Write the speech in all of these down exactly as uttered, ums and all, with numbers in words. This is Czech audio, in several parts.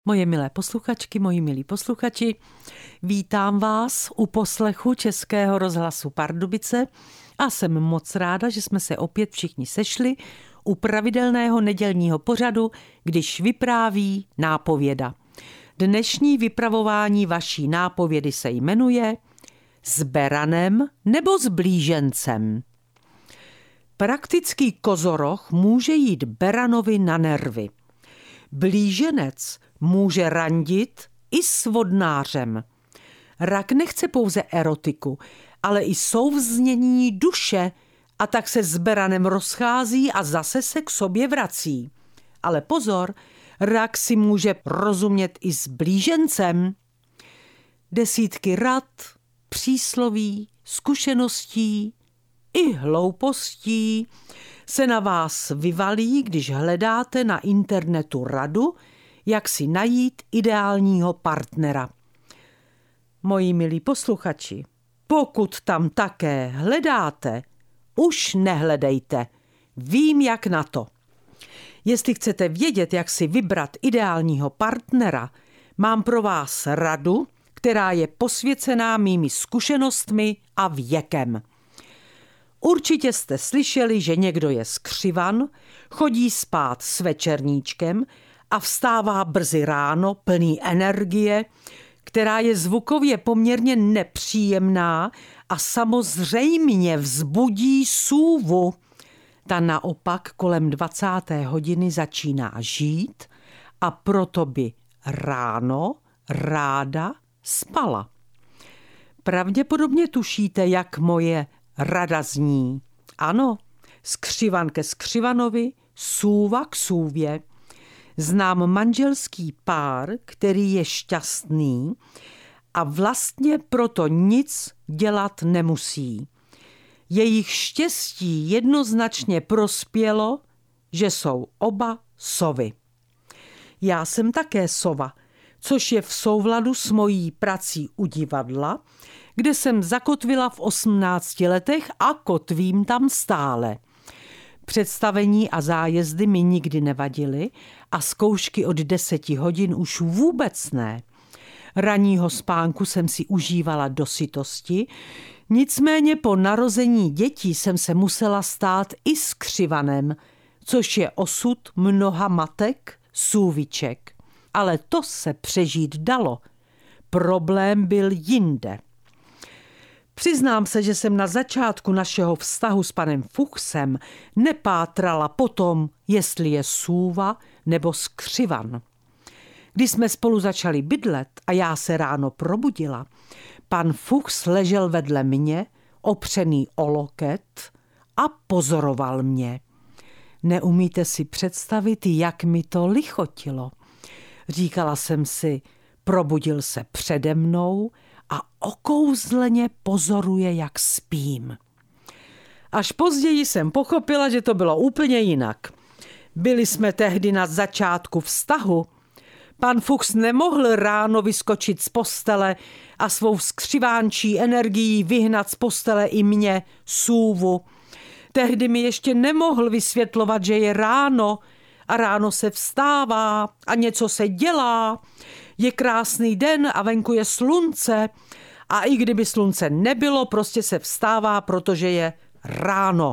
Moje milé posluchačky, moji milí posluchači, vítám vás u poslechu Českého rozhlasu Pardubice a jsem moc ráda, že jsme se opět všichni sešli u pravidelného nedělního pořadu, když vypráví nápověda. Dnešní vypravování vaší nápovědy se jmenuje S beranem nebo s blížencem. Praktický kozoroch může jít beranovi na nervy. Blíženec může randit i s vodnářem. Rak nechce pouze erotiku, ale i souvznění duše a tak se s beranem rozchází a zase se k sobě vrací. Ale pozor, rak si může rozumět i s blížencem. Desítky rad, přísloví, zkušeností i hloupostí se na vás vyvalí, když hledáte na internetu radu, jak si najít ideálního partnera. Moji milí posluchači, pokud tam také hledáte, už nehledejte. Vím, jak na to. Jestli chcete vědět, jak si vybrat ideálního partnera, mám pro vás radu, která je posvěcená mými zkušenostmi a věkem. Určitě jste slyšeli, že někdo je skřivan, chodí spát s večerníčkem a vstává brzy ráno plný energie, která je zvukově poměrně nepříjemná a samozřejmě vzbudí sůvu. Ta naopak kolem dvacáté hodiny začíná žít a proto by ráno ráda spala. Pravděpodobně tušíte, jak moje rada zní. Ano, skřivan ke skřivanovi, sůva k sůvě. Znám manželský pár, který je šťastný a vlastně proto nic dělat nemusí. Jejich štěstí jednoznačně prospělo, že jsou oba sovy. Já jsem také sova, což je v souladu s mojí prací u divadla, kde jsem zakotvila v osmnácti letech a kotvím tam stále. Představení a zájezdy mi nikdy nevadily a zkoušky od deseti hodin už vůbec ne. Ranního spánku jsem si užívala do sytosti, nicméně po narození dětí jsem se musela stát i skřivanem, což je osud mnoha matek, sůviček. Ale to se přežít dalo. Problém byl jinde. Přiznám se, že jsem na začátku našeho vztahu s panem Fuchsem nepátrala potom, jestli je sůva nebo skřivan. Když jsme spolu začali bydlet a já se ráno probudila, pan Fuchs ležel vedle mě, opřený o loket a pozoroval mě. Neumíte si představit, jak mi to lichotilo. Říkala jsem si, probudil se přede mnou a okouzleně pozoruje, jak spím. Až později jsem pochopila, že to bylo úplně jinak. Byli jsme tehdy na začátku vztahu. Pan Fuchs nemohl ráno vyskočit z postele a svou skřivánčí energií vyhnat z postele i mě, sůvu. Tehdy mi ještě nemohl vysvětlovat, že je ráno a ráno se vstává a něco se dělá. Je krásný den a venku je slunce a i kdyby slunce nebylo, prostě se vstává, protože je ráno.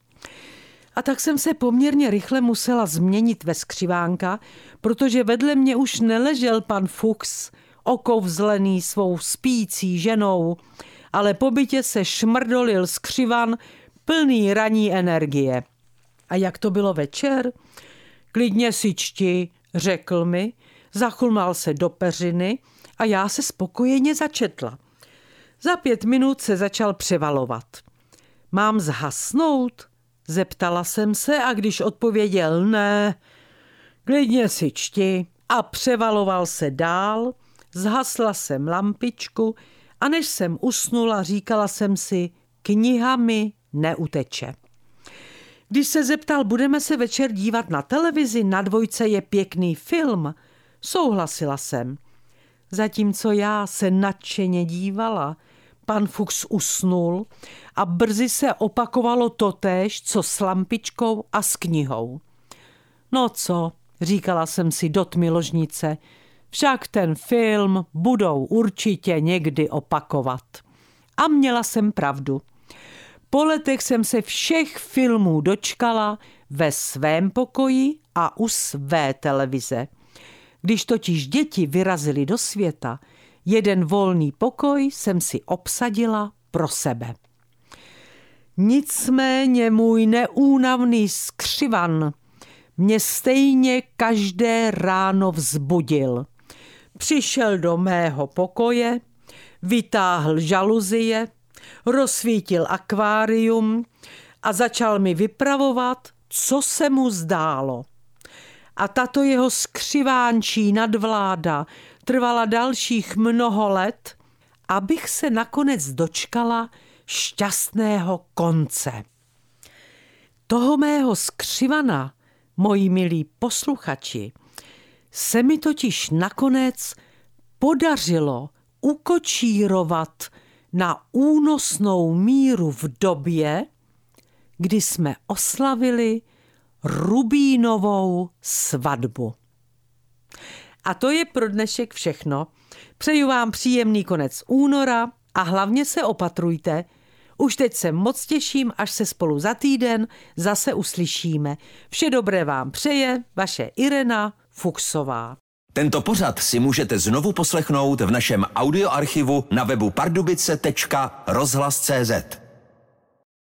A tak jsem se poměrně rychle musela změnit ve skřivánka, protože vedle mě už neležel pan Fuchs, okouzlený svou spící ženou, ale po bytě se šmrdolil skřivan plný ranní energie. A jak to bylo večer? Klidně si čti, řekl mi, zachulmal se do peřiny a já se spokojeně začetla. Za pět minut se začal převalovat. Mám zhasnout? Zeptala jsem se a když odpověděl ne, klidně si čti a převaloval se dál, zhasla jsem lampičku a než jsem usnula, říkala jsem si, kniha mi neuteče. Když se zeptal, budeme se večer dívat na televizi, na dvojce je pěkný film, souhlasila jsem. Zatímco já se nadšeně dívala, pan Fuchs usnul a brzy se opakovalo totéž, co s lampičkou a s knihou. No co, říkala jsem si do tmy ložnice, Však ten film budou určitě někdy opakovat. A měla jsem pravdu. Po letech jsem se všech filmů dočkala ve svém pokoji a u své televize. Když totiž děti vyrazily do světa, jeden volný pokoj jsem si obsadila pro sebe. Nicméně můj neúnavný skřivan mě stejně každé ráno vzbudil. Přišel do mého pokoje, vytáhl žaluzie, rozsvítil akvárium a začal mi vypravovat, co se mu zdálo. A tato jeho skřivánčí nadvláda trvala dalších mnoho let, abych se nakonec dočkala šťastného konce. Toho mého skřivana, moji milí posluchači, se mi totiž nakonec podařilo ukočírovat na únosnou míru v době, kdy jsme oslavili rubínovou svatbu. A to je pro dnešek všechno. Přeju vám příjemný konec února a hlavně se opatrujte. Už teď se moc těším, až se spolu za týden zase uslyšíme. Vše dobré vám přeje vaše Irena Fuchsová. Tento pořad si můžete znovu poslechnout v našem audioarchivu na webu pardubice tečka rozhlas tečka cé zet.